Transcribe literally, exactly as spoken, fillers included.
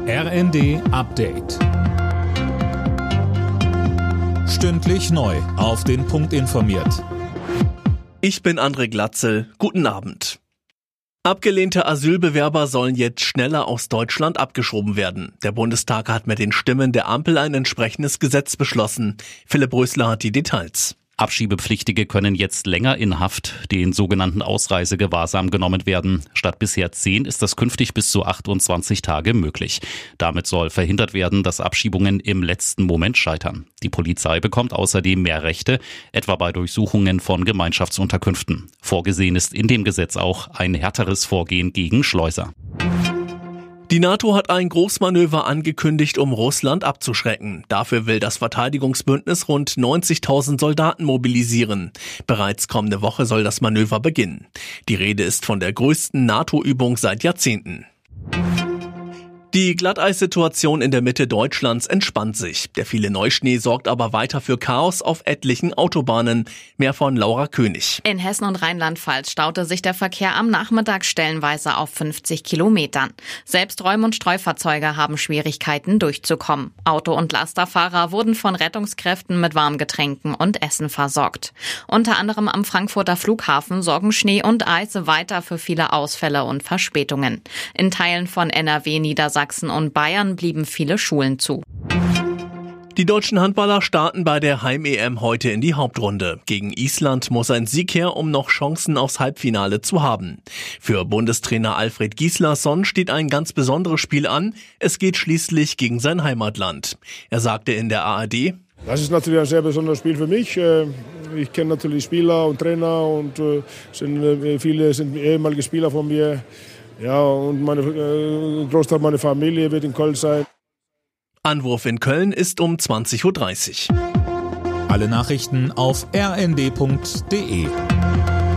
R N D Update. Stündlich neu auf den Punkt informiert. Ich bin André Glatzel. Guten Abend. Abgelehnte Asylbewerber sollen jetzt schneller aus Deutschland abgeschoben werden. Der Bundestag hat mit den Stimmen der Ampel ein entsprechendes Gesetz beschlossen. Philipp Rösler hat die Details. Abschiebepflichtige können jetzt länger in Haft, den sogenannten Ausreisegewahrsam, genommen werden. Statt bisher zehn ist das künftig bis zu achtundzwanzig Tage möglich. Damit soll verhindert werden, dass Abschiebungen im letzten Moment scheitern. Die Polizei bekommt außerdem mehr Rechte, etwa bei Durchsuchungen von Gemeinschaftsunterkünften. Vorgesehen ist in dem Gesetz auch ein härteres Vorgehen gegen Schleuser. Die NATO hat ein Großmanöver angekündigt, um Russland abzuschrecken. Dafür will das Verteidigungsbündnis rund neunzigtausend Soldaten mobilisieren. Bereits kommende Woche soll das Manöver beginnen. Die Rede ist von der größten NATO-Übung seit Jahrzehnten. Die Glatteissituation in der Mitte Deutschlands entspannt sich. Der viele Neuschnee sorgt aber weiter für Chaos auf etlichen Autobahnen. Mehr von Laura König. In Hessen und Rheinland-Pfalz staute sich der Verkehr am Nachmittag stellenweise auf fünfzig Kilometern. Selbst Räum- und Streufahrzeuge haben Schwierigkeiten durchzukommen. Auto- und Lasterfahrer wurden von Rettungskräften mit Warmgetränken und Essen versorgt. Unter anderem am Frankfurter Flughafen sorgen Schnee und Eis weiter für viele Ausfälle und Verspätungen. In Teilen von N R W, Niedersachsen Sachsen und Bayern blieben viele Schulen zu. Die deutschen Handballer starten bei der Heim-E M heute in die Hauptrunde. Gegen Island muss ein Sieg her, um noch Chancen aufs Halbfinale zu haben. Für Bundestrainer Alfred Gislason steht ein ganz besonderes Spiel an. Es geht schließlich gegen sein Heimatland. Er sagte in der A R D: Das ist natürlich ein sehr besonderes Spiel für mich. Ich kenne natürlich Spieler und Trainer und sind, viele sind ehemalige Spieler von mir. Ja, und meine äh, Großteil meiner Familie wird in Köln sein. Anwurf in Köln ist um zwanzig Uhr dreißig. Alle Nachrichten auf r n d punkt d e.